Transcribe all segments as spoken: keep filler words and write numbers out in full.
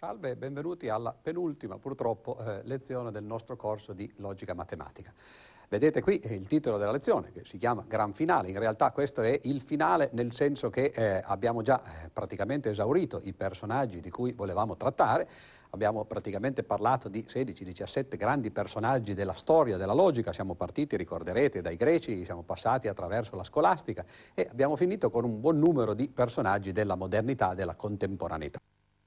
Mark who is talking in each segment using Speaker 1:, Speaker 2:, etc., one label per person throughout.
Speaker 1: Salve e benvenuti alla penultima, purtroppo, eh, lezione del nostro corso di logica matematica. Vedete qui il titolo della lezione, che si chiama Gran Finale. In realtà questo è il finale, nel senso che eh, abbiamo già eh, praticamente esaurito i personaggi di cui volevamo trattare. Abbiamo praticamente parlato di sedici diciassette grandi personaggi della storia della logica. Siamo partiti, ricorderete, dai greci, siamo passati attraverso la scolastica e abbiamo finito con un buon numero di personaggi della modernità, della contemporaneità.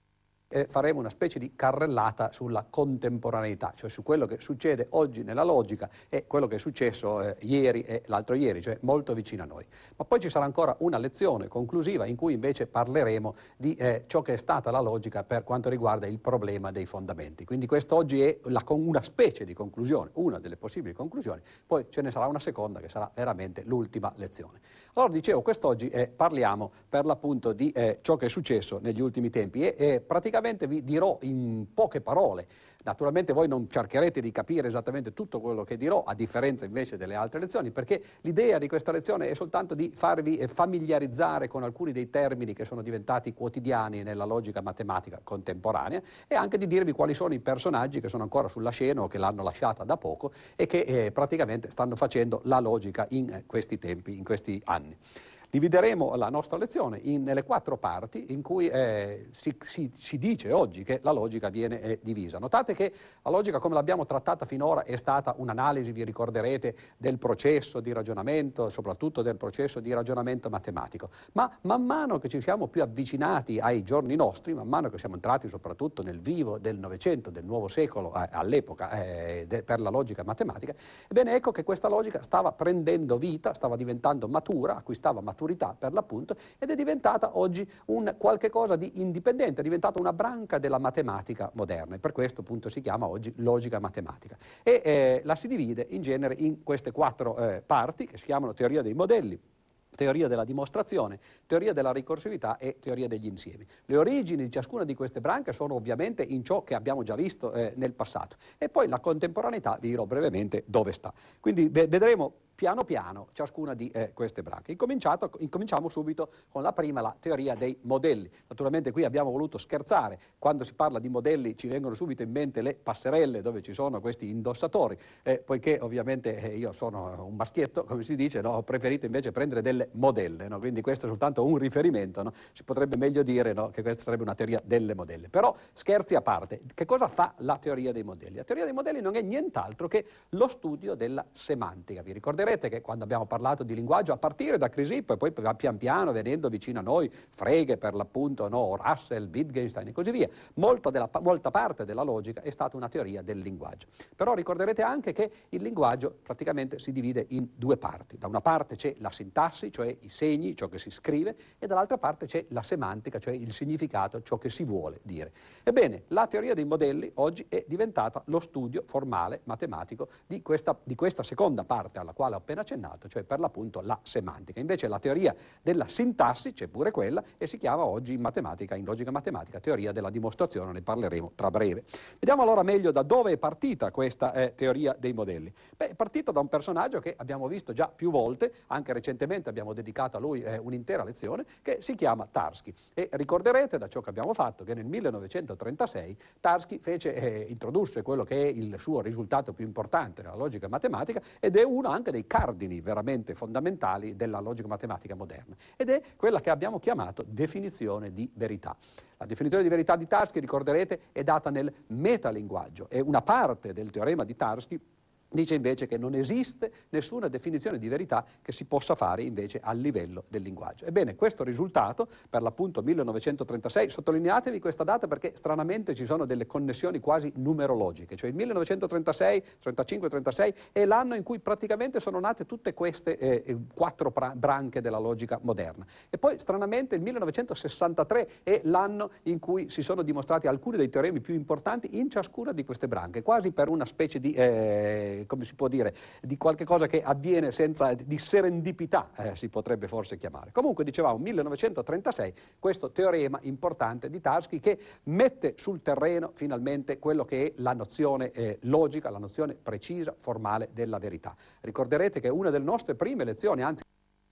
Speaker 1: E faremo una specie di carrellata sulla contemporaneità, cioè su quello che succede oggi nella logica e quello che è successo eh, ieri e l'altro ieri, cioè molto vicino a noi. Ma poi ci sarà ancora una lezione conclusiva in cui invece parleremo di eh, ciò che è stata la logica per quanto riguarda il problema dei fondamenti. Quindi questo oggi è la, una specie di conclusione, una delle possibili conclusioni, poi ce ne sarà una seconda che sarà veramente l'ultima lezione. Allora dicevo, quest'oggi eh, parliamo per l'appunto di eh, ciò che è successo negli ultimi tempi e eh, praticamente vi dirò in poche parole. Naturalmente voi non cercherete di capire esattamente tutto quello che dirò, a differenza invece delle altre lezioni, perché l'idea di questa lezione è soltanto di farvi familiarizzare con alcuni dei termini che sono diventati quotidiani nella logica matematica contemporanea e anche di dirvi quali sono i personaggi che sono ancora sulla scena o che l'hanno lasciata da poco e che eh, praticamente stanno facendo la logica in eh, questi tempi, in questi anni. Divideremo la nostra lezione in, nelle quattro parti in cui eh, si, si, si dice oggi che la logica viene eh, divisa. Notate che la logica, come l'abbiamo trattata finora, è stata un'analisi, vi ricorderete, del processo di ragionamento, soprattutto del processo di ragionamento matematico. Ma man mano che ci siamo più avvicinati ai giorni nostri, man mano che siamo entrati soprattutto nel vivo del Novecento, del nuovo secolo, eh, all'epoca eh, per la logica matematica, ebbene ecco che questa logica stava prendendo vita, stava diventando matura, acquistava maturità per l'appunto, ed è diventata oggi un qualche cosa di indipendente, è diventata una branca della matematica moderna e per questo appunto si chiama oggi logica matematica e eh, la si divide in genere in queste quattro eh, parti che si chiamano teoria dei modelli, teoria della dimostrazione, teoria della ricorsività e teoria degli insiemi. Le origini di ciascuna di queste branche sono ovviamente in ciò che abbiamo già visto eh, nel passato e poi la contemporaneità vi dirò brevemente dove sta. Quindi vedremo piano piano ciascuna di eh, queste branche. Incominciato, incominciamo subito con la prima, la teoria dei modelli. Naturalmente qui abbiamo voluto scherzare, quando si parla di modelli ci vengono subito in mente le passerelle dove ci sono questi indossatori, eh, poiché ovviamente eh, io sono un maschietto, come si dice, no? Ho preferito invece prendere delle modelle, no? Quindi questo è soltanto un riferimento, no? Si potrebbe meglio dire, no? Che questa sarebbe una teoria delle modelle. Però scherzi a parte, che cosa fa la teoria dei modelli? La teoria dei modelli non è nient'altro che lo studio della semantica. Vi ricorderete che quando abbiamo parlato di linguaggio, a partire da Chrysippe e poi pian piano venendo vicino a noi Frege per l'appunto, no, Russell, Wittgenstein e così via, molta, della, molta parte della logica è stata una teoria del linguaggio. Però ricorderete anche che il linguaggio praticamente si divide in due parti. Da una parte c'è la sintassi, cioè i segni, ciò che si scrive, e dall'altra parte c'è la semantica, cioè il significato, ciò che si vuole dire. Ebbene, la teoria dei modelli oggi è diventata lo studio formale matematico di questa, di questa seconda parte alla quale ho appena accennato, cioè per l'appunto la semantica. Invece la teoria della sintassi, c'è pure quella, e si chiama oggi in matematica, in logica matematica, teoria della dimostrazione, ne parleremo tra breve. Vediamo allora meglio da dove è partita questa eh, teoria dei modelli. Beh, è partita da un personaggio che abbiamo visto già più volte, anche recentemente abbiamo dedicato a lui eh, un'intera lezione, che si chiama Tarski. E ricorderete da ciò che abbiamo fatto che nel millenovecentotrentasei Tarski fece, eh, introdusse quello che è il suo risultato più importante nella logica matematica ed è uno anche dei cardini veramente fondamentali della logica matematica moderna ed è quella che abbiamo chiamato definizione di verità. La definizione di verità di Tarski, ricorderete, è data nel metalinguaggio e una parte del teorema di Tarski dice invece che non esiste nessuna definizione di verità che si possa fare invece a livello del linguaggio. Ebbene, questo risultato, per l'appunto millenovecentotrentasei, sottolineatevi questa data perché stranamente ci sono delle connessioni quasi numerologiche, cioè il millenovecentotrentasei, trentacinque trentasei è l'anno in cui praticamente sono nate tutte queste eh, quattro branche della logica moderna. E poi stranamente il millenovecentosessantatré è l'anno in cui si sono dimostrati alcuni dei teoremi più importanti in ciascuna di queste branche, quasi per una specie di eh, come si può dire, di qualche cosa che avviene senza, di serendipità eh, si potrebbe forse chiamare. Comunque dicevamo millenovecentotrentasei, questo teorema importante di Tarski che mette sul terreno finalmente quello che è la nozione eh, logica, la nozione precisa, formale della verità. Ricorderete che una delle nostre prime lezioni, anzi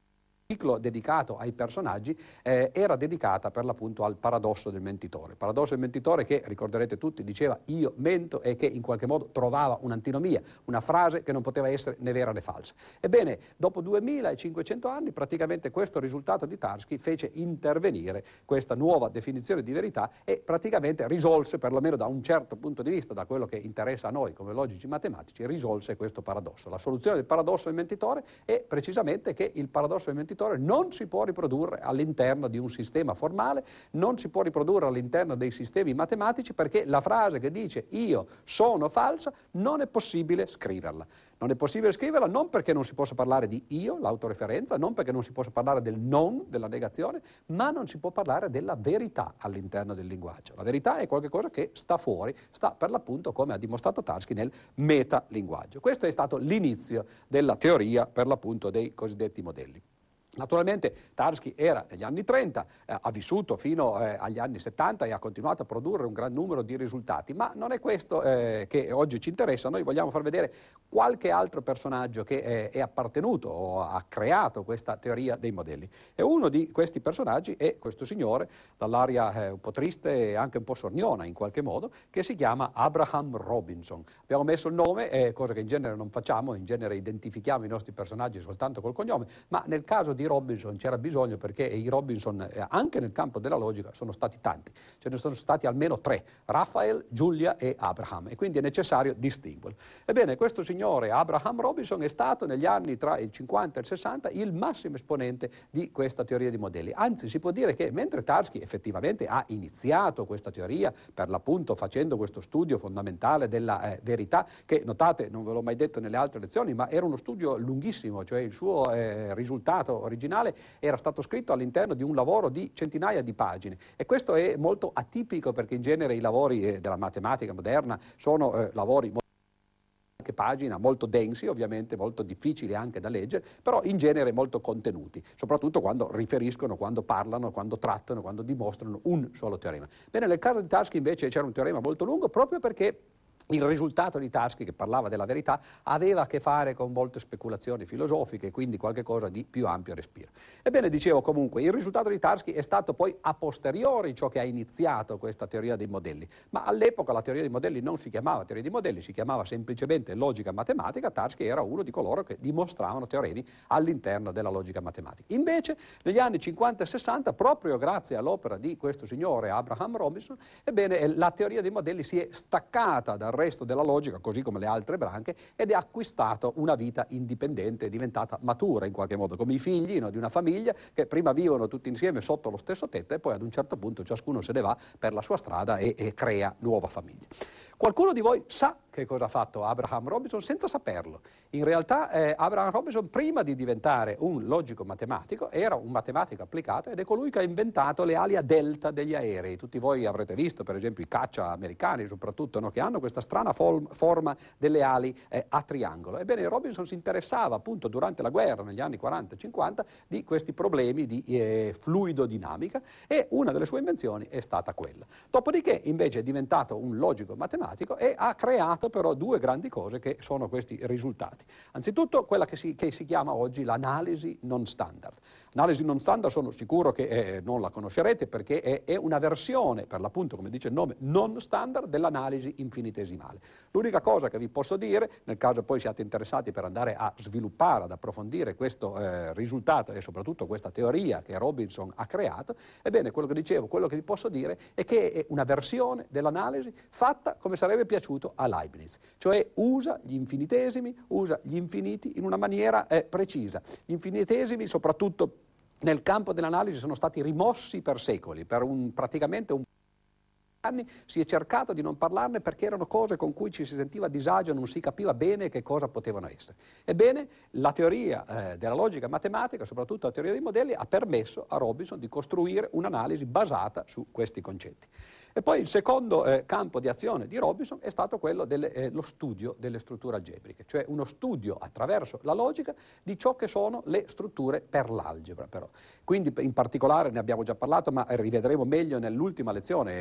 Speaker 1: ciclo dedicato ai personaggi eh, era dedicata per l'appunto al paradosso del mentitore. Il paradosso del mentitore che, ricorderete tutti, diceva io mento e che in qualche modo trovava un'antinomia, una frase che non poteva essere né vera né falsa. Ebbene, dopo duemilacinquecento anni praticamente questo risultato di Tarski fece intervenire questa nuova definizione di verità e praticamente risolse, perlomeno da un certo punto di vista, da quello che interessa a noi come logici matematici, risolse questo paradosso. La soluzione del paradosso del mentitore è precisamente che il paradosso del mentitore non si può riprodurre all'interno di un sistema formale, non si può riprodurre all'interno dei sistemi matematici, perché la frase che dice io sono falsa non è possibile scriverla. Non è possibile scriverla non perché non si possa parlare di io, l'autoreferenza, non perché non si possa parlare del non, della negazione, ma non si può parlare della verità all'interno del linguaggio. La verità è qualcosa che sta fuori, sta per l'appunto, come ha dimostrato Tarski, nel metalinguaggio. Questo è stato l'inizio della teoria per l'appunto dei cosiddetti modelli. Naturalmente Tarski era negli anni trenta, eh, ha vissuto fino eh, agli anni settanta e ha continuato a produrre un gran numero di risultati, ma non è questo eh, che oggi ci interessa. Noi vogliamo far vedere qualche altro personaggio che eh, è appartenuto o ha creato questa teoria dei modelli. E uno di questi personaggi è questo signore, dall'aria eh, un po' triste e anche un po' sorniona in qualche modo, che si chiama Abraham Robinson. Abbiamo messo il nome, eh, cosa che in genere non facciamo, in genere identifichiamo i nostri personaggi soltanto col cognome, ma nel caso di di Robinson c'era bisogno perché i Robinson eh, anche nel campo della logica sono stati tanti, ce ne sono stati almeno tre, Raphael, Giulia e Abraham, e quindi è necessario distinguerli. Ebbene, questo signore Abraham Robinson è stato negli anni tra il cinquanta e il sessanta il massimo esponente di questa teoria di modelli, anzi si può dire che mentre Tarski effettivamente ha iniziato questa teoria per l'appunto facendo questo studio fondamentale della eh, verità, che notate non ve l'ho mai detto nelle altre lezioni, ma era uno studio lunghissimo, cioè il suo eh, risultato originale era stato scritto all'interno di un lavoro di centinaia di pagine, e questo è molto atipico perché in genere i lavori eh, della matematica moderna sono eh, lavori molto anche pagina, molto densi, ovviamente molto difficili anche da leggere, però in genere molto contenuti, soprattutto quando riferiscono, quando parlano, quando trattano, quando dimostrano un solo teorema. Bene, nel caso di Tarski invece c'era un teorema molto lungo proprio perché il risultato di Tarski, che parlava della verità, aveva a che fare con molte speculazioni filosofiche, quindi qualche cosa di più ampio respiro. Ebbene, dicevo comunque, il risultato di Tarski è stato poi a posteriori ciò che ha iniziato questa teoria dei modelli, ma all'epoca la teoria dei modelli non si chiamava teoria dei modelli, si chiamava semplicemente logica matematica. Tarski era uno di coloro che dimostravano teoremi all'interno della logica matematica. Invece, negli anni cinquanta e sessanta, proprio grazie all'opera di questo signore Abraham Robinson, ebbene, la teoria dei modelli si è staccata dal resto della logica, così come le altre branche, ed è acquistato una vita indipendente, è diventata matura in qualche modo, come i figli, no, di una famiglia che prima vivono tutti insieme sotto lo stesso tetto e poi ad un certo punto ciascuno se ne va per la sua strada e, e crea nuova famiglia. Qualcuno di voi sa che cosa ha fatto Abraham Robinson senza saperlo. In realtà eh, Abraham Robinson, prima di diventare un logico matematico, era un matematico applicato ed è colui che ha inventato le ali a delta degli aerei. Tutti voi avrete visto per esempio i caccia americani soprattutto, no, che hanno questa strana forma delle ali eh, a triangolo. Ebbene, Robinson si interessava appunto durante la guerra negli anni quaranta e cinquanta di questi problemi di eh, fluidodinamica, e una delle sue invenzioni è stata quella. Dopodiché invece è diventato un logico matematico e ha creato però due grandi cose che sono questi risultati. Anzitutto quella che si, che si chiama oggi l'analisi non standard. L'analisi non standard sono sicuro che eh, non la conoscerete perché è, è una versione, per l'appunto come dice il nome, non standard dell'analisi infinitesimale. L'unica cosa che vi posso dire, nel caso poi siate interessati per andare a sviluppare, ad approfondire questo eh, risultato e soprattutto questa teoria che Robinson ha creato, ebbene quello che dicevo, quello che vi posso dire è che è una versione dell'analisi fatta come sarebbe piaciuto a Leibniz, cioè usa gli infinitesimi, usa gli infiniti in una maniera eh, precisa. Gli infinitesimi, soprattutto nel campo dell'analisi, sono stati rimossi per secoli, per un, praticamente un anni si è cercato di non parlarne perché erano cose con cui ci si sentiva a disagio, non si capiva bene che cosa potevano essere. Ebbene, la teoria eh, della logica matematica, soprattutto la teoria dei modelli, ha permesso a Robinson di costruire un'analisi basata su questi concetti. E poi il secondo eh, campo di azione di Robinson è stato quello dello eh, studio delle strutture algebriche, cioè uno studio attraverso la logica di ciò che sono le strutture per l'algebra però. Quindi in particolare ne abbiamo già parlato, ma rivedremo meglio nell'ultima lezione, quella con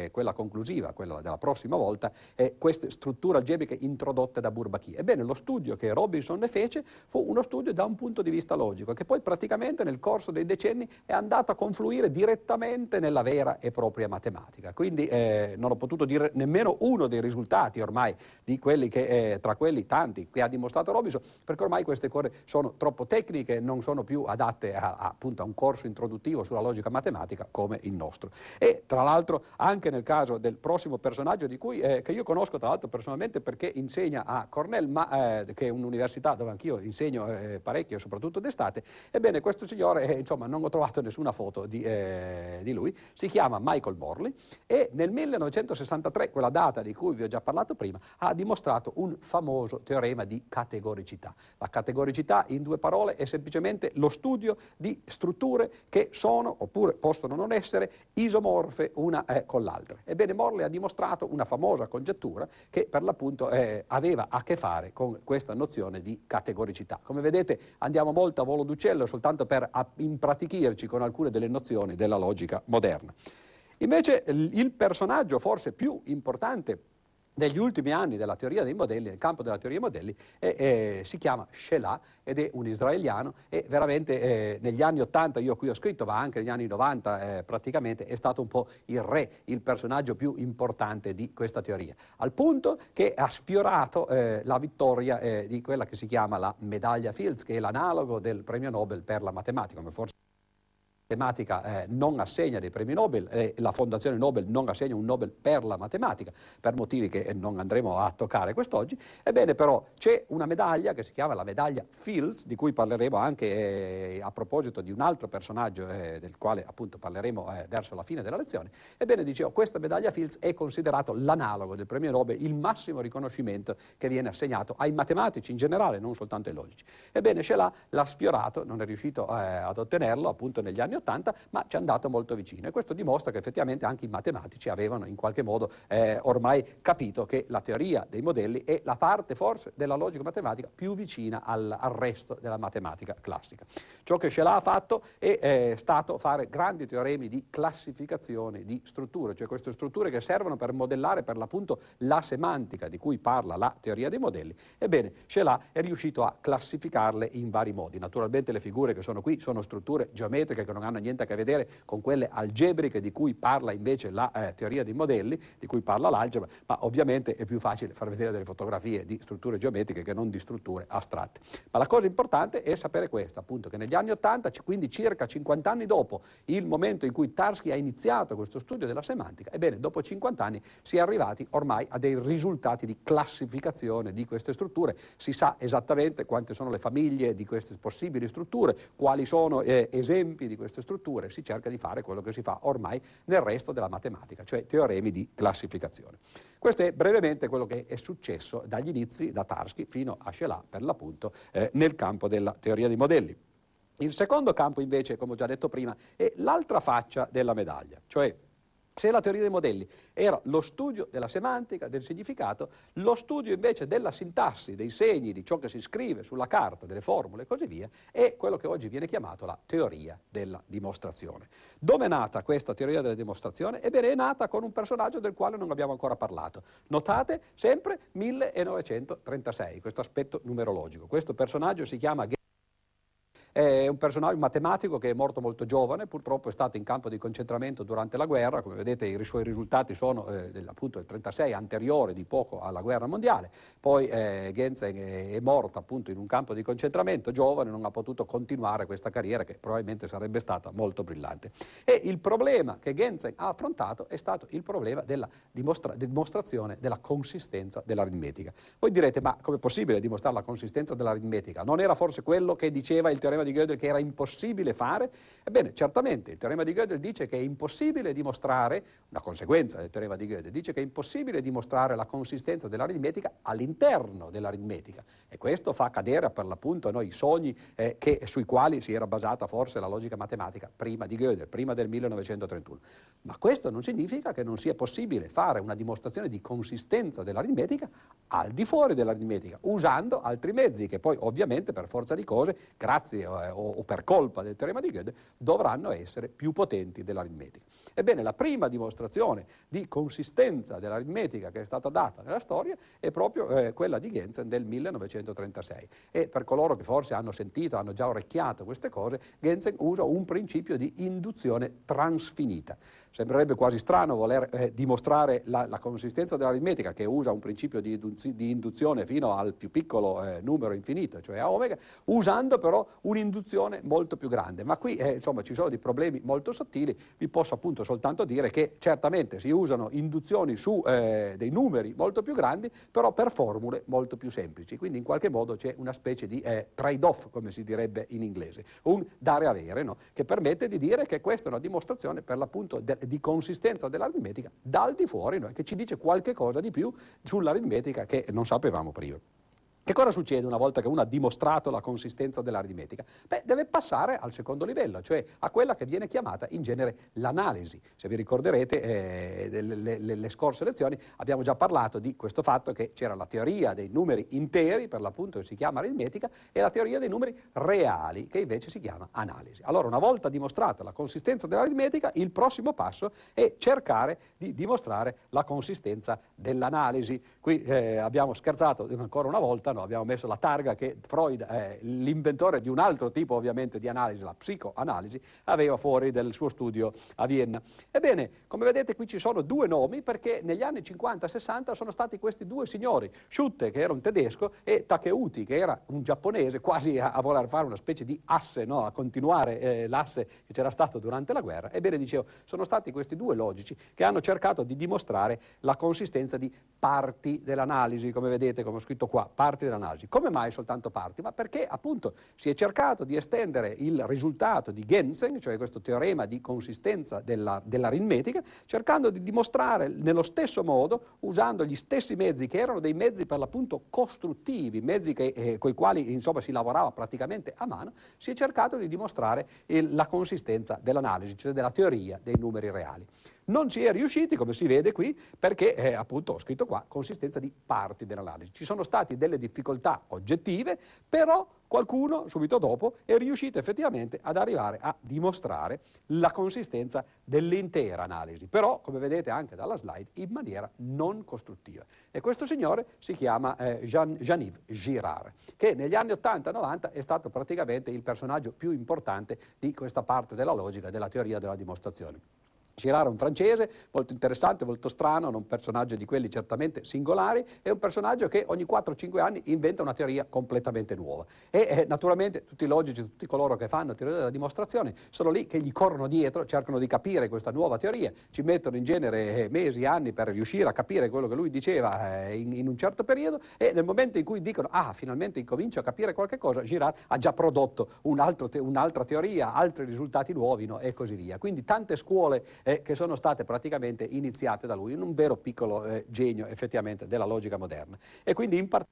Speaker 1: conclusiva, quella della prossima volta, è queste strutture algebriche introdotte da Bourbaki. Ebbene, lo studio che Robinson ne fece fu uno studio da un punto di vista logico, che poi praticamente nel corso dei decenni è andato a confluire direttamente nella vera e propria matematica. Quindi eh, non ho potuto dire nemmeno uno dei risultati ormai di quelli che, eh, tra quelli tanti che ha dimostrato Robinson, perché ormai queste cose sono troppo tecniche, non sono più adatte a, a, appunto a un corso introduttivo sulla logica matematica come il nostro. E tra l'altro anche nel caso del prossimo personaggio di cui, eh, che io conosco tra l'altro personalmente perché insegna a Cornell, ma, eh, che è un'università dove anch'io insegno eh, parecchio, soprattutto d'estate, ebbene questo signore, eh, insomma non ho trovato nessuna foto di, eh, di lui, si chiama Michael Morley e nel millenovecentosessantatré, quella data di cui vi ho già parlato prima, ha dimostrato un famoso teorema di categoricità. La categoricità, in due parole, è semplicemente lo studio di strutture che sono, oppure possono non essere, isomorfe una eh, con l'altra. Ebbene, Morley ha dimostrato una famosa congettura che per l'appunto eh, aveva a che fare con questa nozione di categoricità. Come vedete andiamo molto a volo d'uccello soltanto per impratichirci con alcune delle nozioni della logica moderna. Invece il personaggio forse più importante degli ultimi anni della teoria dei modelli, nel campo della teoria dei modelli, è, è, si chiama Shelah ed è un israeliano e veramente eh, negli anni ottanta, io qui ho scritto, ma anche negli anni novanta eh, praticamente è stato un po' il re, il personaggio più importante di questa teoria, al punto che ha sfiorato eh, la vittoria eh, di quella che si chiama la medaglia Fields, che è l'analogo del premio Nobel per la matematica, come forse la matematica eh, non assegna dei premi Nobel, eh, la Fondazione Nobel non assegna un Nobel per la matematica, per motivi che eh, non andremo a toccare quest'oggi. Ebbene però c'è una medaglia che si chiama la medaglia Fields, di cui parleremo anche eh, a proposito di un altro personaggio eh, del quale appunto parleremo eh, verso la fine della lezione. Ebbene, dicevo, questa medaglia Fields è considerato l'analogo del premio Nobel, il massimo riconoscimento che viene assegnato ai matematici in generale, non soltanto ai logici. Ebbene, Shelah l'ha sfiorato, non è riuscito eh, ad ottenerlo appunto negli anni ottanta, ma ci è andato molto vicino e questo dimostra che effettivamente anche i matematici avevano in qualche modo eh, ormai capito che la teoria dei modelli è la parte forse della logica matematica più vicina al, al resto della matematica classica. Ciò che Shelah ha fatto è eh, stato fare grandi teoremi di classificazione di strutture, cioè queste strutture che servono per modellare per l'appunto la semantica di cui parla la teoria dei modelli. Ebbene, Shelah è riuscito a classificarle in vari modi. Naturalmente le figure che sono qui sono strutture geometriche che non hanno niente a che vedere con quelle algebriche di cui parla invece la eh, teoria dei modelli, di cui parla l'algebra, ma ovviamente è più facile far vedere delle fotografie di strutture geometriche che non di strutture astratte. Ma la cosa importante è sapere questo, appunto, che negli anni ottanta, quindi circa cinquanta anni dopo il momento in cui Tarski ha iniziato questo studio della semantica, ebbene, dopo cinquanta anni si è arrivati ormai a dei risultati di classificazione di queste strutture, si sa esattamente quante sono le famiglie di queste possibili strutture, quali sono eh, esempi di queste strutture, si cerca di fare quello che si fa ormai nel resto della matematica, cioè teoremi di classificazione. Questo è brevemente quello che è successo dagli inizi, da Tarski fino a Shelah, per l'appunto, eh, nel campo della teoria dei modelli. Il secondo campo invece, come ho già detto prima, è l'altra faccia della medaglia, cioè se la teoria dei modelli era lo studio della semantica, del significato, lo studio invece della sintassi, dei segni, di ciò che si scrive sulla carta, delle formule e così via, è quello che oggi viene chiamato la teoria della dimostrazione. Dove è nata questa teoria della dimostrazione? Ebbene, è nata con un personaggio del quale non abbiamo ancora parlato. Notate sempre millenovecentotrentasei, questo aspetto numerologico. Questo personaggio si chiama È un personaggio un matematico che è morto molto giovane, purtroppo è stato in campo di concentramento durante la guerra, come vedete i suoi risultati sono eh, del, appunto del trentasei, anteriore di poco alla guerra mondiale, poi eh, Genzen è, è morto appunto in un campo di concentramento, giovane, non ha potuto continuare questa carriera che probabilmente sarebbe stata molto brillante. E il problema che Genzen ha affrontato è stato il problema della dimostra- dimostrazione della consistenza dell'aritmetica. Voi direte, ma com'è possibile dimostrare la consistenza dell'aritmetica? Non era forse quello che diceva il teorema di Gödel che era impossibile fare? Ebbene, certamente il teorema di Gödel dice che è impossibile dimostrare, una conseguenza del teorema di Gödel, dice che è impossibile dimostrare la consistenza dell'aritmetica all'interno dell'aritmetica e questo fa cadere per l'appunto no, i sogni eh, che, sui quali si era basata forse la logica matematica prima di Gödel, prima del millenovecentotrentuno. Ma questo non significa che non sia possibile fare una dimostrazione di consistenza dell'aritmetica al di fuori dell'aritmetica, usando altri mezzi che poi ovviamente per forza di cose, grazie o, o per colpa del teorema di Gödel dovranno essere più potenti dell'aritmetica. Ebbene, la prima dimostrazione di consistenza dell'aritmetica che è stata data nella storia è proprio eh, quella di Gensen del millenovecentotrentasei, e per coloro che forse hanno sentito, hanno già orecchiato queste cose, Gensen usa un principio di induzione transfinita. Sembrerebbe quasi strano voler eh, dimostrare la, la consistenza dell'aritmetica che usa un principio di, di induzione fino al più piccolo eh, numero infinito, cioè a omega, usando però un'induzione molto più grande. Ma qui eh, insomma ci sono dei problemi molto sottili. Vi posso appunto soltanto dire che certamente si usano induzioni su eh, dei numeri molto più grandi, però per formule molto più semplici. Quindi in qualche modo c'è una specie di eh, trade-off, come si direbbe in inglese, un dare-avere, no? Che permette di dire che questa è una dimostrazione per l'appunto de- di consistenza dell'aritmetica dal di fuori, no? Che ci dice qualche cosa di più sull'aritmetica che non sapevamo prima. Che cosa succede una volta che uno ha dimostrato la consistenza dell'aritmetica? Beh, deve passare al secondo livello, cioè a quella che viene chiamata in genere l'analisi. Se vi ricorderete, eh, le, le, le scorse lezioni abbiamo già parlato di questo fatto che c'era la teoria dei numeri interi, per l'appunto che si chiama aritmetica, e la teoria dei numeri reali, che invece si chiama analisi. Allora, una volta dimostrata la consistenza dell'aritmetica, il prossimo passo è cercare di dimostrare la consistenza dell'analisi. Qui eh, abbiamo scherzato ancora una volta, no? Abbiamo messo la targa che Freud, eh, l'inventore di un altro tipo ovviamente di analisi, la psicoanalisi, aveva fuori del suo studio a Vienna. Ebbene, come vedete qui ci sono due nomi, perché negli anni cinquanta sessanta sono stati questi due signori, Schutte, che era un tedesco, e Takeuchi, che era un giapponese, quasi a, a voler fare una specie di asse, no? A continuare eh, l'asse che c'era stato durante la guerra. Ebbene, dicevo, sono stati questi due logici che hanno cercato di dimostrare la consistenza di parti dell'analisi, come vedete, come ho scritto qua, parti dell'analisi. Come mai soltanto parti? Ma perché appunto si è cercato di estendere il risultato di Gensen, cioè questo teorema di consistenza della, dell'aritmetica, cercando di dimostrare nello stesso modo, usando gli stessi mezzi che erano dei mezzi per l'appunto costruttivi, mezzi che, eh, con i quali insomma si lavorava praticamente a mano, si è cercato di dimostrare il, la consistenza dell'analisi, cioè della teoria dei numeri reali. Non ci è riusciti, come si vede qui, perché eh, appunto ho scritto qua consistenza di parti dell'analisi. Ci sono state delle difficoltà oggettive, però qualcuno subito dopo è riuscito effettivamente ad arrivare a dimostrare la consistenza dell'intera analisi, però come vedete anche dalla slide in maniera non costruttiva. E questo signore si chiama eh, Jean, Jean-Yves Girard, che negli anni ottanta novanta è stato praticamente il personaggio più importante di questa parte della logica, della teoria della dimostrazione. Girard è un francese molto interessante, molto strano, un personaggio di quelli certamente singolari, è un personaggio che ogni quattro cinque anni inventa una teoria completamente nuova. E eh, naturalmente tutti i logici, tutti coloro che fanno teoria della dimostrazione sono lì che gli corrono dietro, cercano di capire questa nuova teoria, ci mettono in genere eh, mesi, anni per riuscire a capire quello che lui diceva eh, in, in un certo periodo, e nel momento in cui dicono ah, finalmente incomincio a capire qualche cosa, Girard ha già prodotto un altro te- un'altra teoria, altri risultati nuovi, no? E così via. Quindi tante scuole eh, che sono state praticamente iniziate da lui, in un vero piccolo eh, genio effettivamente della logica moderna. E quindi in particolare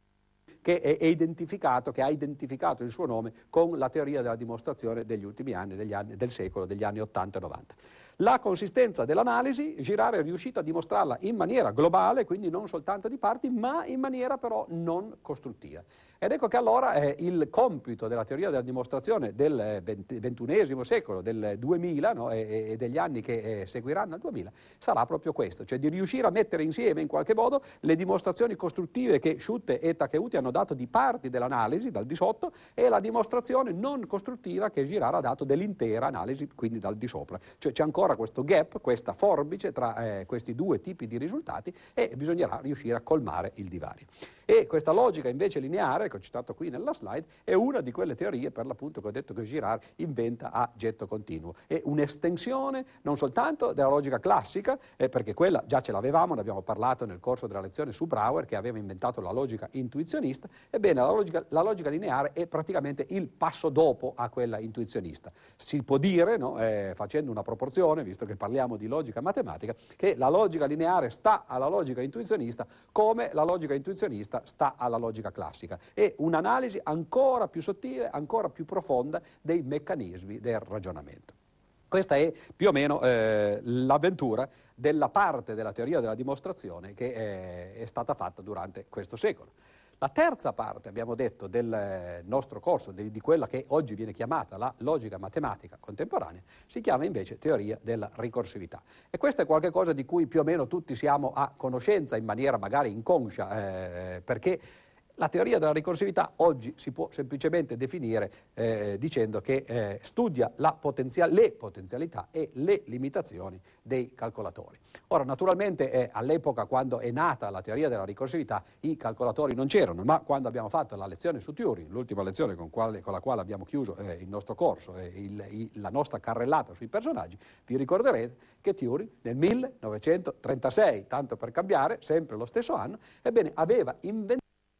Speaker 1: che è, è identificato, che ha identificato il suo nome con la teoria della dimostrazione degli ultimi anni, degli anni del secolo, degli anni ottanta e novanta. La consistenza dell'analisi, Girard è riuscito a dimostrarla in maniera globale, quindi non soltanto di parti, ma in maniera però non costruttiva. Ed ecco che allora eh, il compito della teoria della dimostrazione del ventunesimo secolo, del duemila, no, e, e degli anni che eh, seguiranno al duemila, sarà proprio questo, cioè di riuscire a mettere insieme in qualche modo le dimostrazioni costruttive che Schutte e Takeuchi hanno dato di parti dell'analisi, dal di sotto, e la dimostrazione non costruttiva che Girard ha dato dell'intera analisi, quindi dal di sopra. Cioè c'è ancora questo gap, questa forbice tra eh, questi due tipi di risultati, e bisognerà riuscire a colmare il divario. E questa logica invece lineare, che ho citato qui nella slide, è una di quelle teorie per l'appunto che ho detto che Girard inventa a getto continuo. È un'estensione non soltanto della logica classica, eh, perché quella già ce l'avevamo, ne abbiamo parlato nel corso della lezione su Brouwer, che aveva inventato la logica intuizionista. Ebbene, la logica, la logica lineare è praticamente il passo dopo a quella intuizionista. Si può dire, no, eh, facendo una proporzione, visto che parliamo di logica matematica, che la logica lineare sta alla logica intuizionista come la logica intuizionista sta alla logica classica. È un'analisi ancora più sottile, ancora più profonda dei meccanismi del ragionamento. Questa è più o meno eh, l'avventura della parte della teoria della dimostrazione che eh, è stata fatta durante questo secolo. La terza parte, abbiamo detto, del nostro corso, di, di quella che oggi viene chiamata la logica matematica contemporanea, si chiama invece teoria della ricorsività. E questo è qualcosa di cui più o meno tutti siamo a conoscenza in maniera magari inconscia, eh, perché la teoria della ricorsività oggi si può semplicemente definire eh, dicendo che eh, studia la potenzia- le potenzialità e le limitazioni dei calcolatori. Ora, naturalmente eh, all'epoca, quando è nata la teoria della ricorsività, i calcolatori non c'erano, ma quando abbiamo fatto la lezione su Turing, l'ultima lezione con, quale, con la quale abbiamo chiuso eh, il nostro corso, eh, il, il, la nostra carrellata sui personaggi, vi ricorderete che Turing nel millenovecentotrentasei, tanto per cambiare, sempre lo stesso anno, ebbene, aveva inventato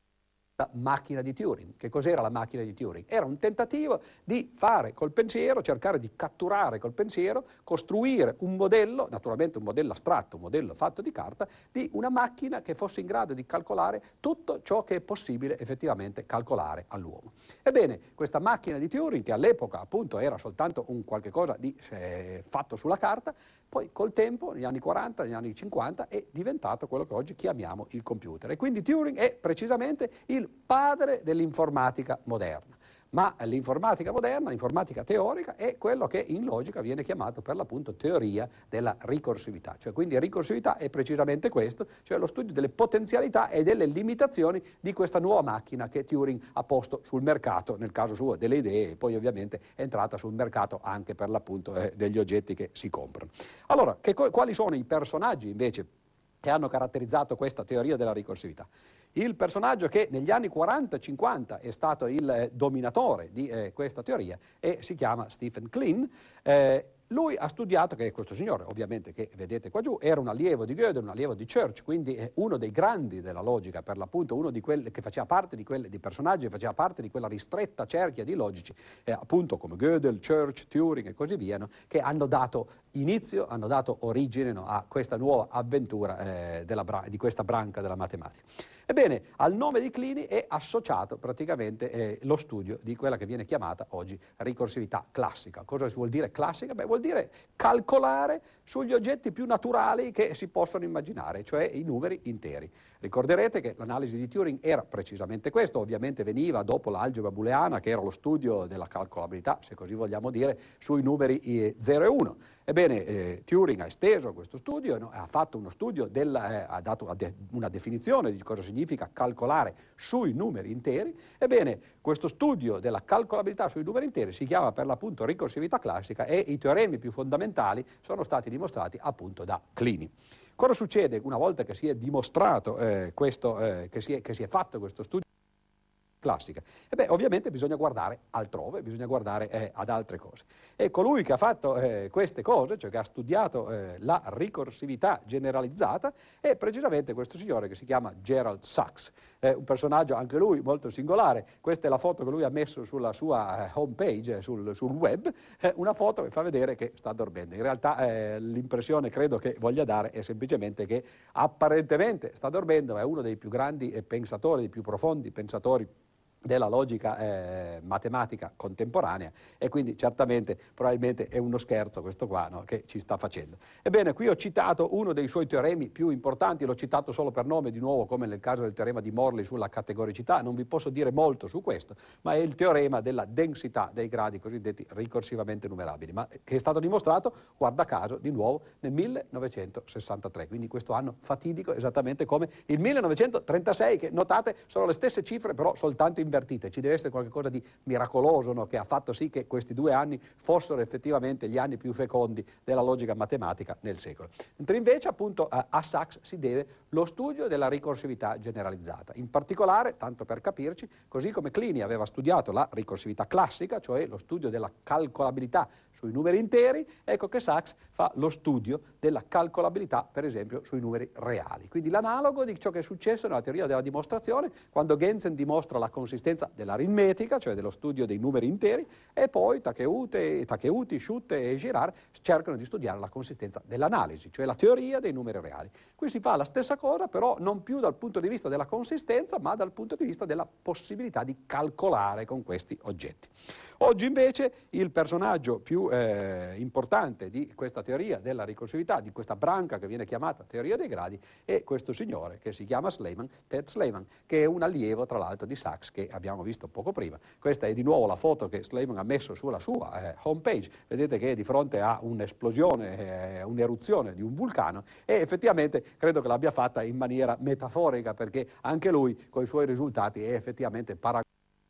Speaker 1: la macchina di Turing. Che cos'era la macchina di Turing? Era un tentativo di fare col pensiero, cercare di catturare col pensiero, costruire un modello, naturalmente un modello astratto, un modello fatto di carta, di una macchina che fosse in grado di calcolare tutto ciò che è possibile effettivamente calcolare all'uomo. Ebbene, questa macchina di Turing, che all'epoca appunto era soltanto un qualche cosa di eh, fatto sulla carta, poi col tempo, negli anni quaranta, negli anni cinquanta, è diventato quello che oggi chiamiamo il computer. E quindi Turing è precisamente il padre dell'informatica moderna. Ma l'informatica moderna, l'informatica teorica, è quello che in logica viene chiamato per l'appunto teoria della ricorsività. Cioè, quindi ricorsività è precisamente questo, cioè lo studio delle potenzialità e delle limitazioni di questa nuova macchina che Turing ha posto sul mercato, nel caso suo delle idee, e poi ovviamente è entrata sul mercato anche per l'appunto eh, degli oggetti che si comprano. Allora, che, quali sono i personaggi invece che hanno caratterizzato questa teoria della ricorsività? Il personaggio che negli anni quaranta cinquanta è stato il eh, dominatore di eh, questa teoria e si chiama Stephen Kleene. Eh, lui ha studiato, che questo signore ovviamente che vedete qua giù, era un allievo di Gödel, un allievo di Church, quindi è uno dei grandi della logica, per l'appunto uno di quelli che faceva parte di quei personaggi, faceva parte di quella ristretta cerchia di logici, eh, appunto come Gödel, Church, Turing e così via, no? Che hanno dato inizio, hanno dato origine, no, a questa nuova avventura eh, della bra- di questa branca della matematica. Ebbene, al nome di Kleene è associato praticamente eh, lo studio di quella che viene chiamata oggi ricorsività classica. Cosa vuol dire classica? Beh, vuol dire calcolare sugli oggetti più naturali che si possono immaginare, cioè i numeri interi. Ricorderete che l'analisi di Turing era precisamente questo, ovviamente veniva dopo l'algebra booleana, che era lo studio della calcolabilità, se così vogliamo dire, sui numeri eh, zero e uno. Ebbene, eh, Turing ha esteso questo studio, no, ha fatto uno studio, del, eh, ha dato una definizione di cosa significa calcolare sui numeri interi. Ebbene, questo studio della calcolabilità sui numeri interi si chiama per l'appunto ricorsività classica e i teoremi più fondamentali sono stati dimostrati appunto da Kleene. Cosa succede una volta che si è dimostrato eh, questo, eh, che, si è, che si è fatto questo studio classica? E beh, ovviamente bisogna guardare altrove, bisogna guardare eh, ad altre cose. E colui che ha fatto eh, queste cose, cioè che ha studiato eh, la ricorsività generalizzata, è precisamente questo signore che si chiama Gerald Sachs, eh, un personaggio anche lui molto singolare. Questa è la foto che lui ha messo sulla sua eh, home page, eh, sul, sul web, eh, una foto che fa vedere che sta dormendo. In realtà eh, l'impressione credo che voglia dare è semplicemente che apparentemente sta dormendo, ma è uno dei più grandi eh, pensatori, dei più profondi pensatori della logica eh, matematica contemporanea, e quindi certamente probabilmente è uno scherzo questo qua, no, che ci sta facendo. Ebbene, qui ho citato uno dei suoi teoremi più importanti, l'ho citato solo per nome, di nuovo come nel caso del teorema di Morley sulla categoricità, non vi posso dire molto su questo, ma è il teorema della densità dei gradi cosiddetti ricorsivamente numerabili, ma che è stato dimostrato, guarda caso, di nuovo nel millenovecentosessantatré, quindi questo anno fatidico, esattamente come il millenovecentotrentasei, che notate sono le stesse cifre però soltanto in invertite. Ci deve essere qualcosa di miracoloso, no, che ha fatto sì che questi due anni fossero effettivamente gli anni più fecondi della logica matematica nel secolo. Mentre invece appunto a, a Sachs si deve lo studio della ricorsività generalizzata. In particolare, tanto per capirci, così come Kleene aveva studiato la ricorsività classica, cioè lo studio della calcolabilità sui numeri interi, ecco che Sachs fa lo studio della calcolabilità, per esempio, sui numeri reali. Quindi l'analogo di ciò che è successo nella teoria della dimostrazione, quando Gentzen dimostra la consistenza consistenza dell'aritmetica, cioè dello studio dei numeri interi, e poi Takeuti, Takeuti, Schutte e Girard cercano di studiare la consistenza dell'analisi, cioè la teoria dei numeri reali. Qui si fa la stessa cosa, però non più dal punto di vista della consistenza, ma dal punto di vista della possibilità di calcolare con questi oggetti. Oggi invece il personaggio più eh, importante di questa teoria della ricorsività, di questa branca che viene chiamata teoria dei gradi, è questo signore che si chiama Slayman, Ted Slayman, che è un allievo tra l'altro di Sachs che abbiamo visto poco prima. Questa è di nuovo la foto che Slayman ha messo sulla sua eh, homepage. Vedete che è di fronte a un'esplosione, eh, un'eruzione di un vulcano, e effettivamente credo che l'abbia fatta in maniera metaforica, perché anche lui con i suoi risultati è effettivamente paragonabile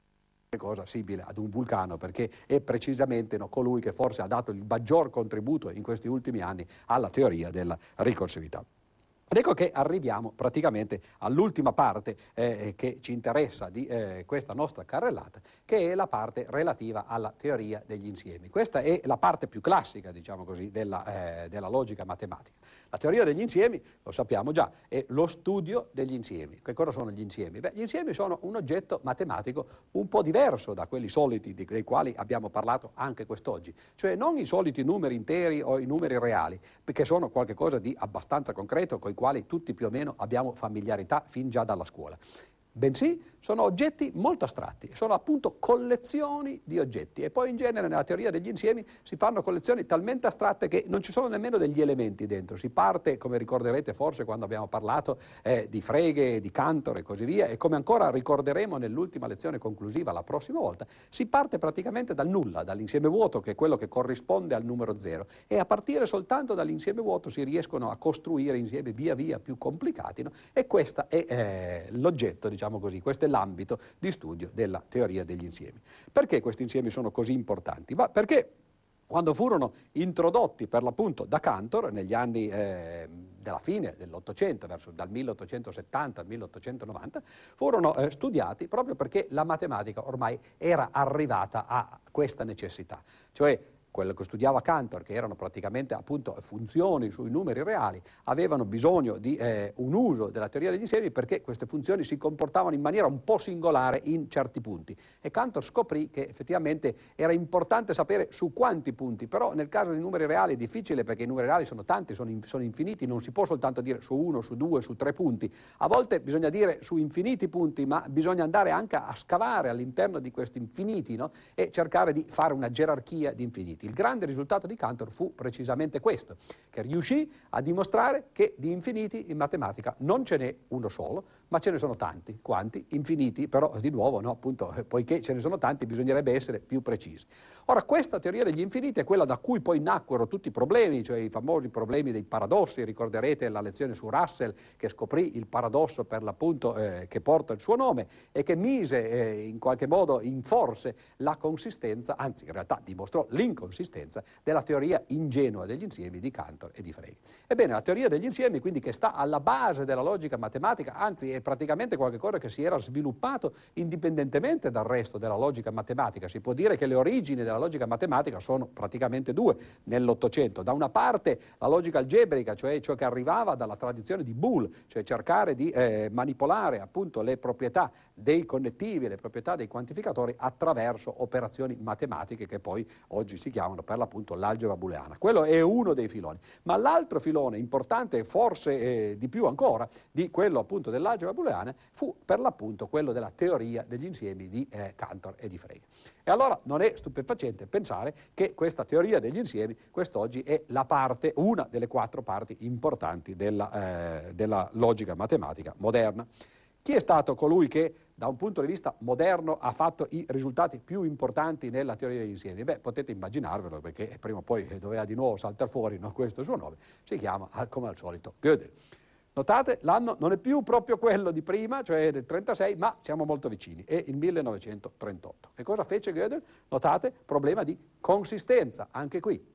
Speaker 1: cosa simile ad un vulcano, perché è precisamente no, colui che forse ha dato il maggior contributo in questi ultimi anni alla teoria della ricorsività. Ed ecco che arriviamo praticamente all'ultima parte eh, che ci interessa di eh, questa nostra carrellata, che è la parte relativa alla teoria degli insiemi. Questa è la parte più classica, diciamo così, della, eh, della logica matematica. La teoria degli insiemi, lo sappiamo già, è lo studio degli insiemi. Che cosa sono gli insiemi? Beh, gli insiemi sono un oggetto matematico un po' diverso da quelli soliti di, dei quali abbiamo parlato anche quest'oggi, cioè non i soliti numeri interi o i numeri reali, perché sono qualcosa di abbastanza concreto con i quali tutti più o meno abbiamo familiarità fin già dalla scuola. Bensì sono oggetti molto astratti, sono appunto collezioni di oggetti, e poi in genere nella teoria degli insiemi si fanno collezioni talmente astratte che non ci sono nemmeno degli elementi dentro. Si parte, come ricorderete forse quando abbiamo parlato eh, di Frege, di Cantor e così via, e come ancora ricorderemo nell'ultima lezione conclusiva la prossima volta, si parte praticamente dal nulla, dall'insieme vuoto, che è quello che corrisponde al numero zero, e a partire soltanto dall'insieme vuoto si riescono a costruire insiemi via via più complicati, no? E questo è eh, l'oggetto, diciamo così, questo è l'ambito di studio della teoria degli insiemi. Perché questi insiemi sono così importanti? Ma perché quando furono introdotti per l'appunto da Cantor negli anni eh, della fine dell'Ottocento, verso dal milleottocentosettanta al milleottocentonovanta, furono eh, studiati proprio perché la matematica ormai era arrivata a questa necessità, cioè quello che studiava Cantor, che erano praticamente appunto funzioni sui numeri reali, avevano bisogno di eh, un uso della teoria degli insiemi perché queste funzioni si comportavano in maniera un po' singolare in certi punti. E Cantor scoprì che effettivamente era importante sapere su quanti punti, però nel caso dei numeri reali è difficile perché i numeri reali sono tanti, sono, in, sono infiniti, non si può soltanto dire su uno, su due, su tre punti. A volte bisogna dire su infiniti punti, ma bisogna andare anche a scavare all'interno di questi infiniti, no? E cercare di fare una gerarchia di infiniti. Il grande risultato di Cantor fu precisamente questo, che riuscì a dimostrare che di infiniti in matematica non ce n'è uno solo, ma ce ne sono tanti. Quanti? Infiniti, però di nuovo, no, appunto, poiché ce ne sono tanti bisognerebbe essere più precisi. Ora, questa teoria degli infiniti è quella da cui poi nacquero tutti i problemi, cioè i famosi problemi dei paradossi. Ricorderete la lezione su Russell che scoprì il paradosso per l'appunto eh, che porta il suo nome e che mise eh, in qualche modo in forse la consistenza, anzi in realtà dimostrò l'inconsistenza della teoria ingenua degli insiemi di Cantor e di Frege. Ebbene, la teoria degli insiemi, quindi, che sta alla base della logica matematica, anzi è praticamente qualcosa che si era sviluppato indipendentemente dal resto della logica matematica. Si può dire che le origini della logica matematica sono praticamente due nell'Ottocento. Da una parte la logica algebrica, cioè ciò che arrivava dalla tradizione di Boole, cioè cercare di eh, manipolare appunto le proprietà dei connettivi, le proprietà dei quantificatori attraverso operazioni matematiche che poi oggi si chiamano per l'appunto l'algebra booleana. Quello è uno dei filoni, ma l'altro filone importante, forse eh, di più ancora di quello appunto dell'algebra booleana, fu per l'appunto quello della teoria degli insiemi di eh, Cantor e di Frege. E allora non è stupefacente pensare che questa teoria degli insiemi quest'oggi è la parte, una delle quattro parti importanti della, eh, della logica matematica moderna. Chi è stato colui che da un punto di vista moderno ha fatto i risultati più importanti nella teoria degli insiemi? Beh, potete immaginarvelo, perché prima o poi doveva di nuovo saltare fuori, no, questo è il suo nome, si chiama come al solito Gödel. Notate, l'anno non è più proprio quello di prima, cioè del trentasei, ma siamo molto vicini, è il millenovecentotrentotto. Che cosa fece Gödel? Notate, problema di consistenza, anche qui.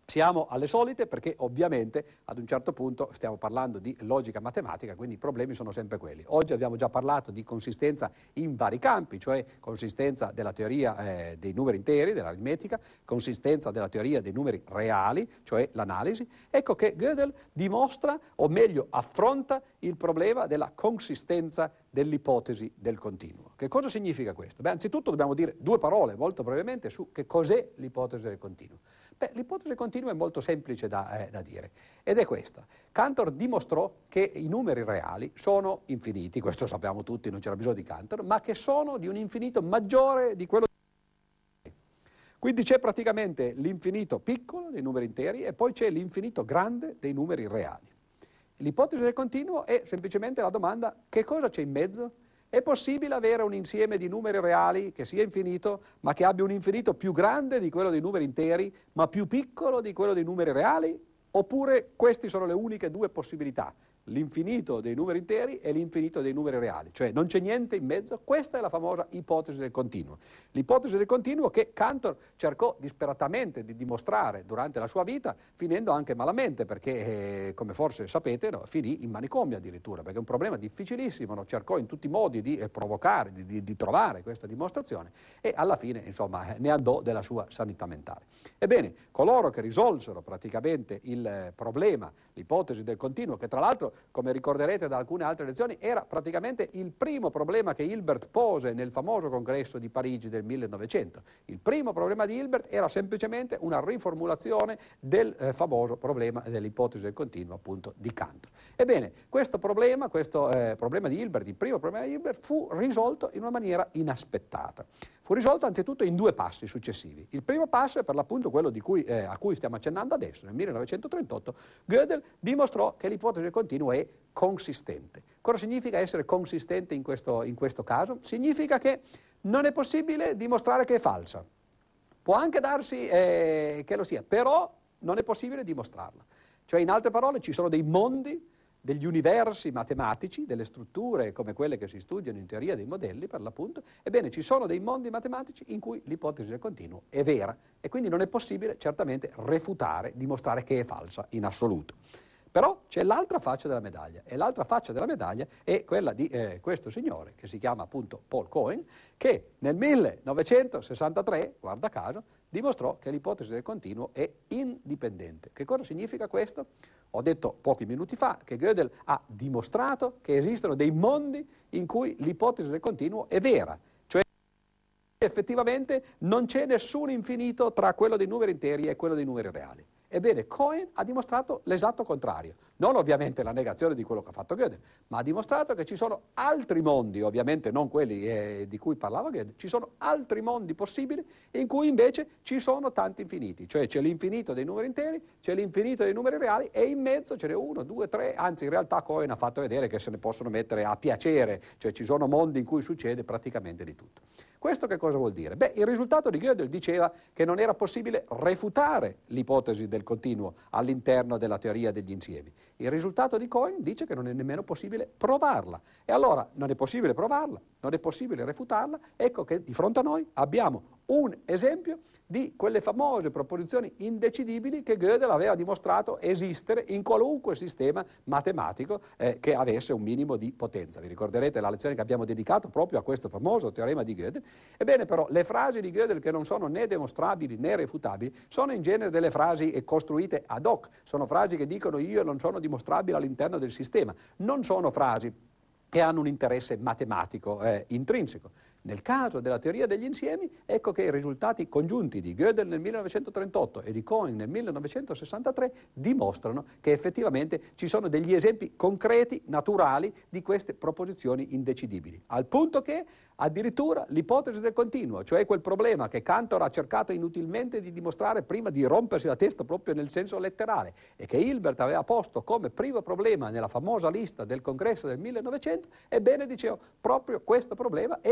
Speaker 1: Siamo alle solite perché ovviamente ad un certo punto stiamo parlando di logica matematica, quindi i problemi sono sempre quelli. Oggi abbiamo già parlato di consistenza in vari campi, cioè consistenza della teoria eh, dei numeri interi, dell'aritmetica, consistenza della teoria dei numeri reali, cioè l'analisi. Ecco che Gödel dimostra, o meglio affronta, il problema della consistenza dell'ipotesi del continuo. Che cosa significa questo? Beh, anzitutto dobbiamo dire due parole molto brevemente su che cos'è l'ipotesi del continuo. Beh, l'ipotesi del continuo è molto semplice da, eh, da dire ed è questa. Cantor dimostrò che i numeri reali sono infiniti, questo lo sappiamo tutti, non c'era bisogno di Cantor, ma che sono di un infinito maggiore di quello di... Quindi c'è praticamente l'infinito piccolo dei numeri interi e poi c'è l'infinito grande dei numeri reali. L'ipotesi del continuo è semplicemente la domanda: che cosa c'è in mezzo? È possibile avere un insieme di numeri reali che sia infinito, ma che abbia un infinito più grande di quello dei numeri interi, ma più piccolo di quello dei numeri reali? Oppure queste sono le uniche due possibilità, l'infinito dei numeri interi e l'infinito dei numeri reali, cioè non c'è niente in mezzo? Questa è la famosa ipotesi del continuo. L'ipotesi del continuo che Cantor cercò disperatamente di dimostrare durante la sua vita, finendo anche malamente, perché eh, come forse sapete no, finì in manicomio addirittura, perché è un problema difficilissimo, no? Cercò in tutti i modi di eh, provocare, di, di, di trovare questa dimostrazione e alla fine insomma ne andò della sua sanità mentale. Ebbene, coloro che risolsero praticamente il eh, problema, l'ipotesi del continuo, che tra l'altro, come ricorderete da alcune altre lezioni, era praticamente il primo problema che Hilbert pose nel famoso congresso di Parigi del millenovecento. Il primo problema di Hilbert era semplicemente una riformulazione del eh, famoso problema dell'ipotesi del continuo, appunto, di Cantor. Ebbene, questo problema, questo eh, problema di Hilbert, il primo problema di Hilbert, fu risolto in una maniera inaspettata. Fu risolto anzitutto in due passi successivi. Il primo passo è per l'appunto quello di cui, eh, a cui stiamo accennando adesso. Nel millenovecentotrentotto Gödel dimostrò che l'ipotesi del continuo è consistente. Cosa significa essere consistente in questo, in questo caso? Significa che non è possibile dimostrare che è falsa. Può anche darsi eh, che lo sia, però non è possibile dimostrarla. Cioè, in altre parole, ci sono dei mondi, degli universi matematici, delle strutture come quelle che si studiano in teoria dei modelli, per l'appunto, ebbene ci sono dei mondi matematici in cui l'ipotesi del continuo è vera e quindi non è possibile certamente refutare, dimostrare che è falsa in assoluto. Però c'è l'altra faccia della medaglia e l'altra faccia della medaglia è quella di eh, questo signore che si chiama appunto Paul Cohen, che nel millenovecentosessantatré, guarda caso, dimostrò che l'ipotesi del continuo è indipendente. Che cosa significa questo? Ho detto pochi minuti fa che Gödel ha dimostrato che esistono dei mondi in cui l'ipotesi del continuo è vera, cioè effettivamente non c'è nessun infinito tra quello dei numeri interi e quello dei numeri reali. Ebbene, Cohen ha dimostrato l'esatto contrario, non ovviamente la negazione di quello che ha fatto Gödel, ma ha dimostrato che ci sono altri mondi, ovviamente non quelli eh, di cui parlava Gödel, ci sono altri mondi possibili in cui invece ci sono tanti infiniti, cioè c'è l'infinito dei numeri interi, c'è l'infinito dei numeri reali e in mezzo ce n'è uno, due, tre, anzi in realtà Cohen ha fatto vedere che se ne possono mettere a piacere, cioè ci sono mondi in cui succede praticamente di tutto. Questo che cosa vuol dire? Beh, il risultato di Gödel diceva che non era possibile refutare l'ipotesi del continuo all'interno della teoria degli insiemi. Il risultato di Cohen dice che non è nemmeno possibile provarla. E allora non è possibile provarla, non è possibile refutarla, ecco che di fronte a noi abbiamo un esempio di quelle famose proposizioni indecidibili che Gödel aveva dimostrato esistere in qualunque sistema matematico eh, che avesse un minimo di potenza. Vi ricorderete la lezione che abbiamo dedicato proprio a questo famoso teorema di Gödel? Ebbene però le frasi di Gödel che non sono né dimostrabili né refutabili sono in genere delle frasi costruite ad hoc, sono frasi che dicono io non sono dimostrabile all'interno del sistema, non sono frasi che hanno un interesse matematico eh, intrinseco. Nel caso della teoria degli insiemi, ecco che i risultati congiunti di Gödel nel millenovecentotrentotto e di Cohen nel millenovecentosessantatré dimostrano che effettivamente ci sono degli esempi concreti, naturali, di queste proposizioni indecidibili. Al punto che addirittura l'ipotesi del continuo, cioè quel problema che Cantor ha cercato inutilmente di dimostrare prima di rompersi la testa proprio nel senso letterale e che Hilbert aveva posto come primo problema nella famosa lista del congresso del millenovecento, ebbene dicevo, proprio questo problema è un esempio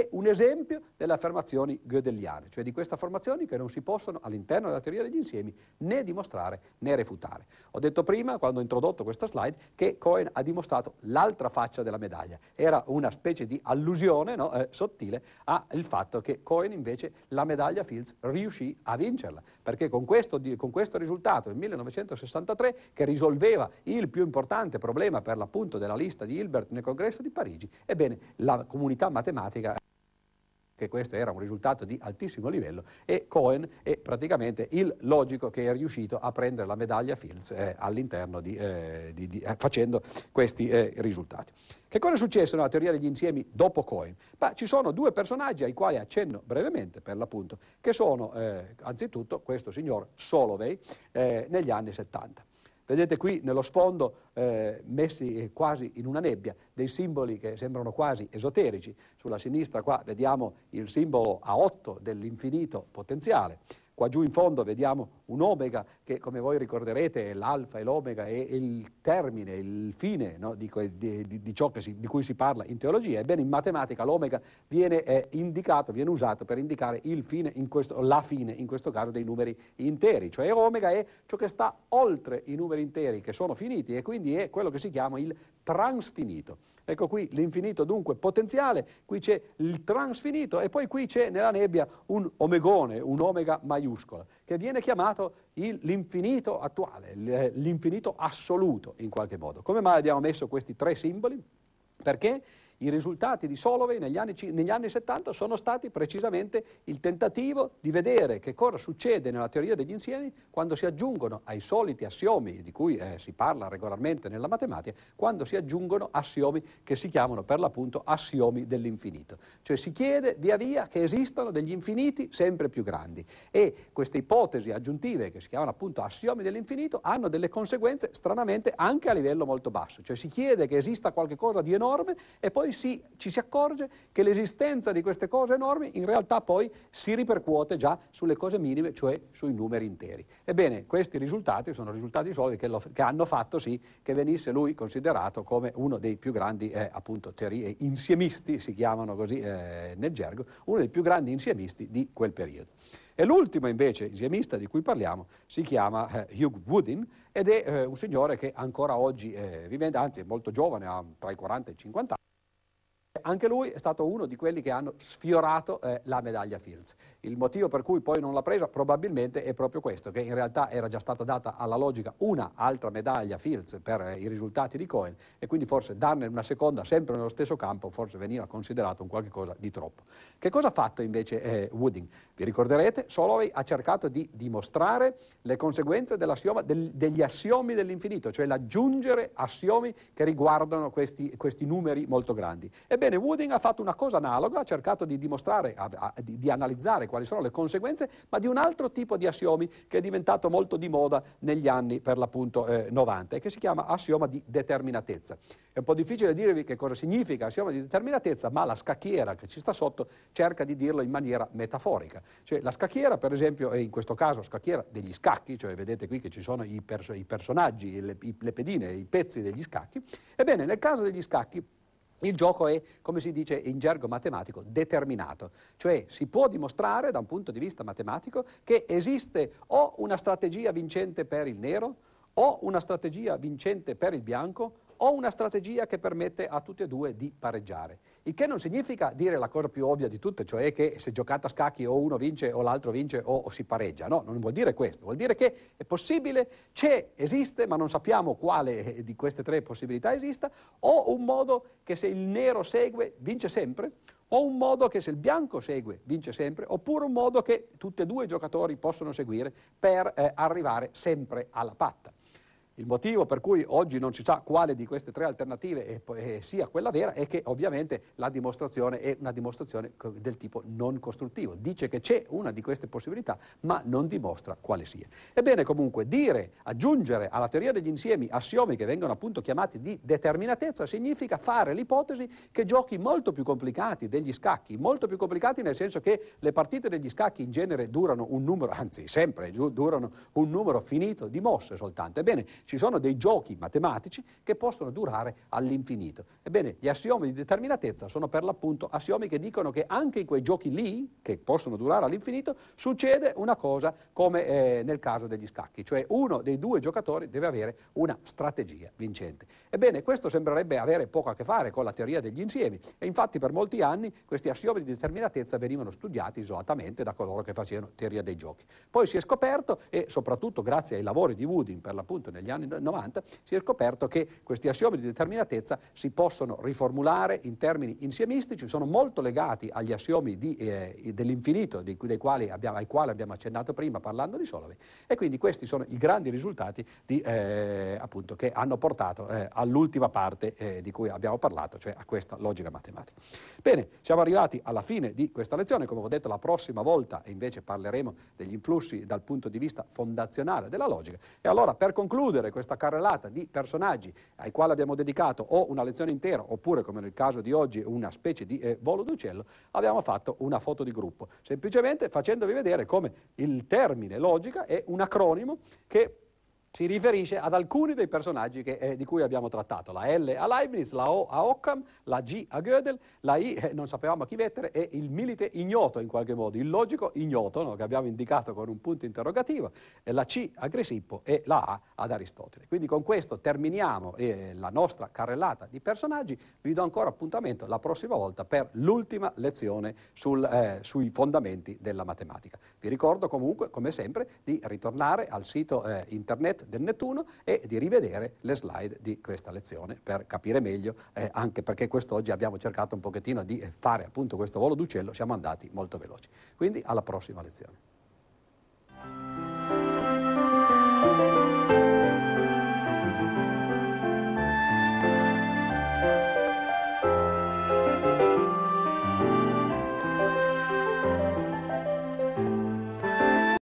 Speaker 1: esempio delle affermazioni gödeliane, cioè di queste affermazioni che non si possono all'interno della teoria degli insiemi né dimostrare né refutare. Ho detto prima, quando ho introdotto questa slide, che Cohen ha dimostrato l'altra faccia della medaglia. Era una specie di allusione, no, eh, sottile al fatto che Cohen invece la medaglia Fields riuscì a vincerla, perché con questo, con questo risultato nel millenovecentosessantatré, che risolveva il più importante problema per l'appunto della lista di Hilbert nel congresso di Parigi, ebbene la comunità matematica che questo era un risultato di altissimo livello, e Cohen è praticamente il logico che è riuscito a prendere la medaglia Fields eh, all'interno di, eh, di, di eh, facendo questi eh, risultati. Che cosa è successo nella teoria degli insiemi dopo Cohen? Beh, ci sono due personaggi ai quali accenno brevemente, per l'appunto, che sono eh, anzitutto questo signor Solovey eh, negli anni settanta. Vedete qui nello sfondo, eh, messi quasi in una nebbia, dei simboli che sembrano quasi esoterici. Sulla sinistra qua vediamo il simbolo A otto dell'infinito potenziale. Qua giù in fondo vediamo un omega che, come voi ricorderete, è l'alfa e l'omega, è il termine, il fine, no, di, di, di ciò che si, di cui si parla in teologia. Ebbene, in matematica l'omega viene eh, indicato, viene usato per indicare il fine, in questo, la fine, in questo caso, dei numeri interi. Cioè omega è ciò che sta oltre i numeri interi che sono finiti, e quindi è quello che si chiama il transfinito. Ecco qui l'infinito dunque potenziale, qui c'è il transfinito, e poi qui c'è nella nebbia un omegone, un omega maiuscola, che viene chiamato l'infinito attuale, l'infinito assoluto in qualche modo. Come mai abbiamo messo questi tre simboli? Perché i risultati di Solovey negli anni, negli anni settanta sono stati precisamente il tentativo di vedere che cosa succede nella teoria degli insiemi quando si aggiungono ai soliti assiomi di cui eh, si parla regolarmente nella matematica, quando si aggiungono assiomi che si chiamano per l'appunto assiomi dell'infinito. Cioè si chiede via via che esistano degli infiniti sempre più grandi, e queste ipotesi aggiuntive, che si chiamano appunto assiomi dell'infinito, hanno delle conseguenze stranamente anche a livello molto basso. Cioè si chiede che esista qualche cosa di enorme, e poi Si, ci si accorge che l'esistenza di queste cose enormi in realtà poi si ripercuote già sulle cose minime, cioè sui numeri interi. Ebbene, questi risultati sono risultati solidi che, lo, che hanno fatto sì che venisse lui considerato come uno dei più grandi eh, appunto teorie insiemisti, si chiamano così eh, nel gergo, uno dei più grandi insiemisti di quel periodo. E l'ultimo invece insiemista di cui parliamo si chiama eh, Hugh Woodin, ed è eh, un signore che ancora oggi eh, vive, anzi è molto giovane, ha tra i quaranta e i cinquanta anni. Anche lui è stato uno di quelli che hanno sfiorato eh, la medaglia Fields. Il motivo per cui poi non l'ha presa probabilmente è proprio questo, che in realtà era già stata data alla logica una altra medaglia Fields per eh, i risultati di Cohen, e quindi forse darne una seconda sempre nello stesso campo forse veniva considerato un qualche cosa di troppo. Che cosa ha fatto invece eh, Woodin? Vi ricorderete, Solovey ha cercato di dimostrare le conseguenze dell'assioma del, degli assiomi dell'infinito, cioè l'aggiungere assiomi che riguardano questi, questi numeri molto grandi. Ebbene, Woodin ha fatto una cosa analoga, ha cercato di dimostrare, a, a, di, di analizzare quali sono le conseguenze, ma di un altro tipo di assiomi che è diventato molto di moda negli anni per l'appunto eh, novanta, e che si chiama assioma di determinatezza. È un po' difficile dirvi che cosa significa assioma di determinatezza, ma la scacchiera che ci sta sotto cerca di dirlo in maniera metaforica. Cioè la scacchiera, per esempio, è in questo caso scacchiera degli scacchi, cioè vedete qui che ci sono i, perso i personaggi, le, i, le pedine, i pezzi degli scacchi. Ebbene, nel caso degli scacchi il gioco è, come si dice in gergo matematico, determinato, cioè si può dimostrare da un punto di vista matematico che esiste o una strategia vincente per il nero, o una strategia vincente per il bianco, o una strategia che permette a tutti e due di pareggiare. Il che non significa dire la cosa più ovvia di tutte, cioè che se giocate a scacchi o uno vince o l'altro vince o, o si pareggia. No, non vuol dire questo, vuol dire che è possibile, c'è, esiste, ma non sappiamo quale di queste tre possibilità esista, o un modo che se il nero segue vince sempre, o un modo che se il bianco segue vince sempre, oppure un modo che tutti e due i giocatori possono seguire per eh, arrivare sempre alla patta. Il motivo per cui oggi non si sa quale di queste tre alternative è, è, sia quella vera è che ovviamente la dimostrazione è una dimostrazione del tipo non costruttivo. Dice che c'è una di queste possibilità, ma non dimostra quale sia. Ebbene, comunque, dire, aggiungere alla teoria degli insiemi assiomi che vengono appunto chiamati di determinatezza significa fare l'ipotesi che giochi molto più complicati degli scacchi, molto più complicati nel senso che le partite degli scacchi in genere durano un numero, anzi sempre durano un numero finito di mosse soltanto. Ebbene, ci sono dei giochi matematici che possono durare all'infinito. Ebbene, gli assiomi di determinatezza sono per l'appunto assiomi che dicono che anche in quei giochi lì, che possono durare all'infinito, succede una cosa come eh, nel caso degli scacchi, cioè uno dei due giocatori deve avere una strategia vincente. Ebbene, questo sembrerebbe avere poco a che fare con la teoria degli insiemi e infatti per molti anni questi assiomi di determinatezza venivano studiati isolatamente da coloro che facevano teoria dei giochi. Poi si è scoperto, e soprattutto grazie ai lavori di Woodin per l'appunto negli anni novanta, si è scoperto che questi assiomi di determinatezza si possono riformulare in termini insiemistici, sono molto legati agli assiomi di, eh, dell'infinito dei, dei quali abbiamo, ai quali abbiamo accennato prima parlando di Solovey, e quindi questi sono i grandi risultati di, eh, appunto, che hanno portato eh, all'ultima parte eh, di cui abbiamo parlato, cioè a questa logica matematica. Bene, siamo arrivati alla fine di questa lezione. Come ho detto, la prossima volta invece parleremo degli influssi dal punto di vista fondazionale della logica. E allora, per concludere questa carrellata di personaggi ai quali abbiamo dedicato o una lezione intera oppure, come nel caso di oggi, una specie di eh, volo d'uccello, abbiamo fatto una foto di gruppo, semplicemente facendovi vedere come il termine logica è un acronimo che si riferisce ad alcuni dei personaggi che, eh, di cui abbiamo trattato, la L a Leibniz, la O a Occam, la G a Gödel, la I eh, non sapevamo a chi mettere, e il milite ignoto in qualche modo, il logico ignoto, no, che abbiamo indicato con un punto interrogativo, e la C a Crisippo e la A ad Aristotele. Quindi con questo terminiamo eh, la nostra carrellata di personaggi. Vi do ancora appuntamento la prossima volta per l'ultima lezione sul, eh, sui fondamenti della matematica. Vi ricordo comunque, come sempre, di ritornare al sito eh, internet del Nettuno e di rivedere le slide di questa lezione per capire meglio, eh, anche perché quest'oggi abbiamo cercato un pochettino di fare appunto questo volo d'uccello, siamo andati molto veloci. Quindi alla prossima lezione.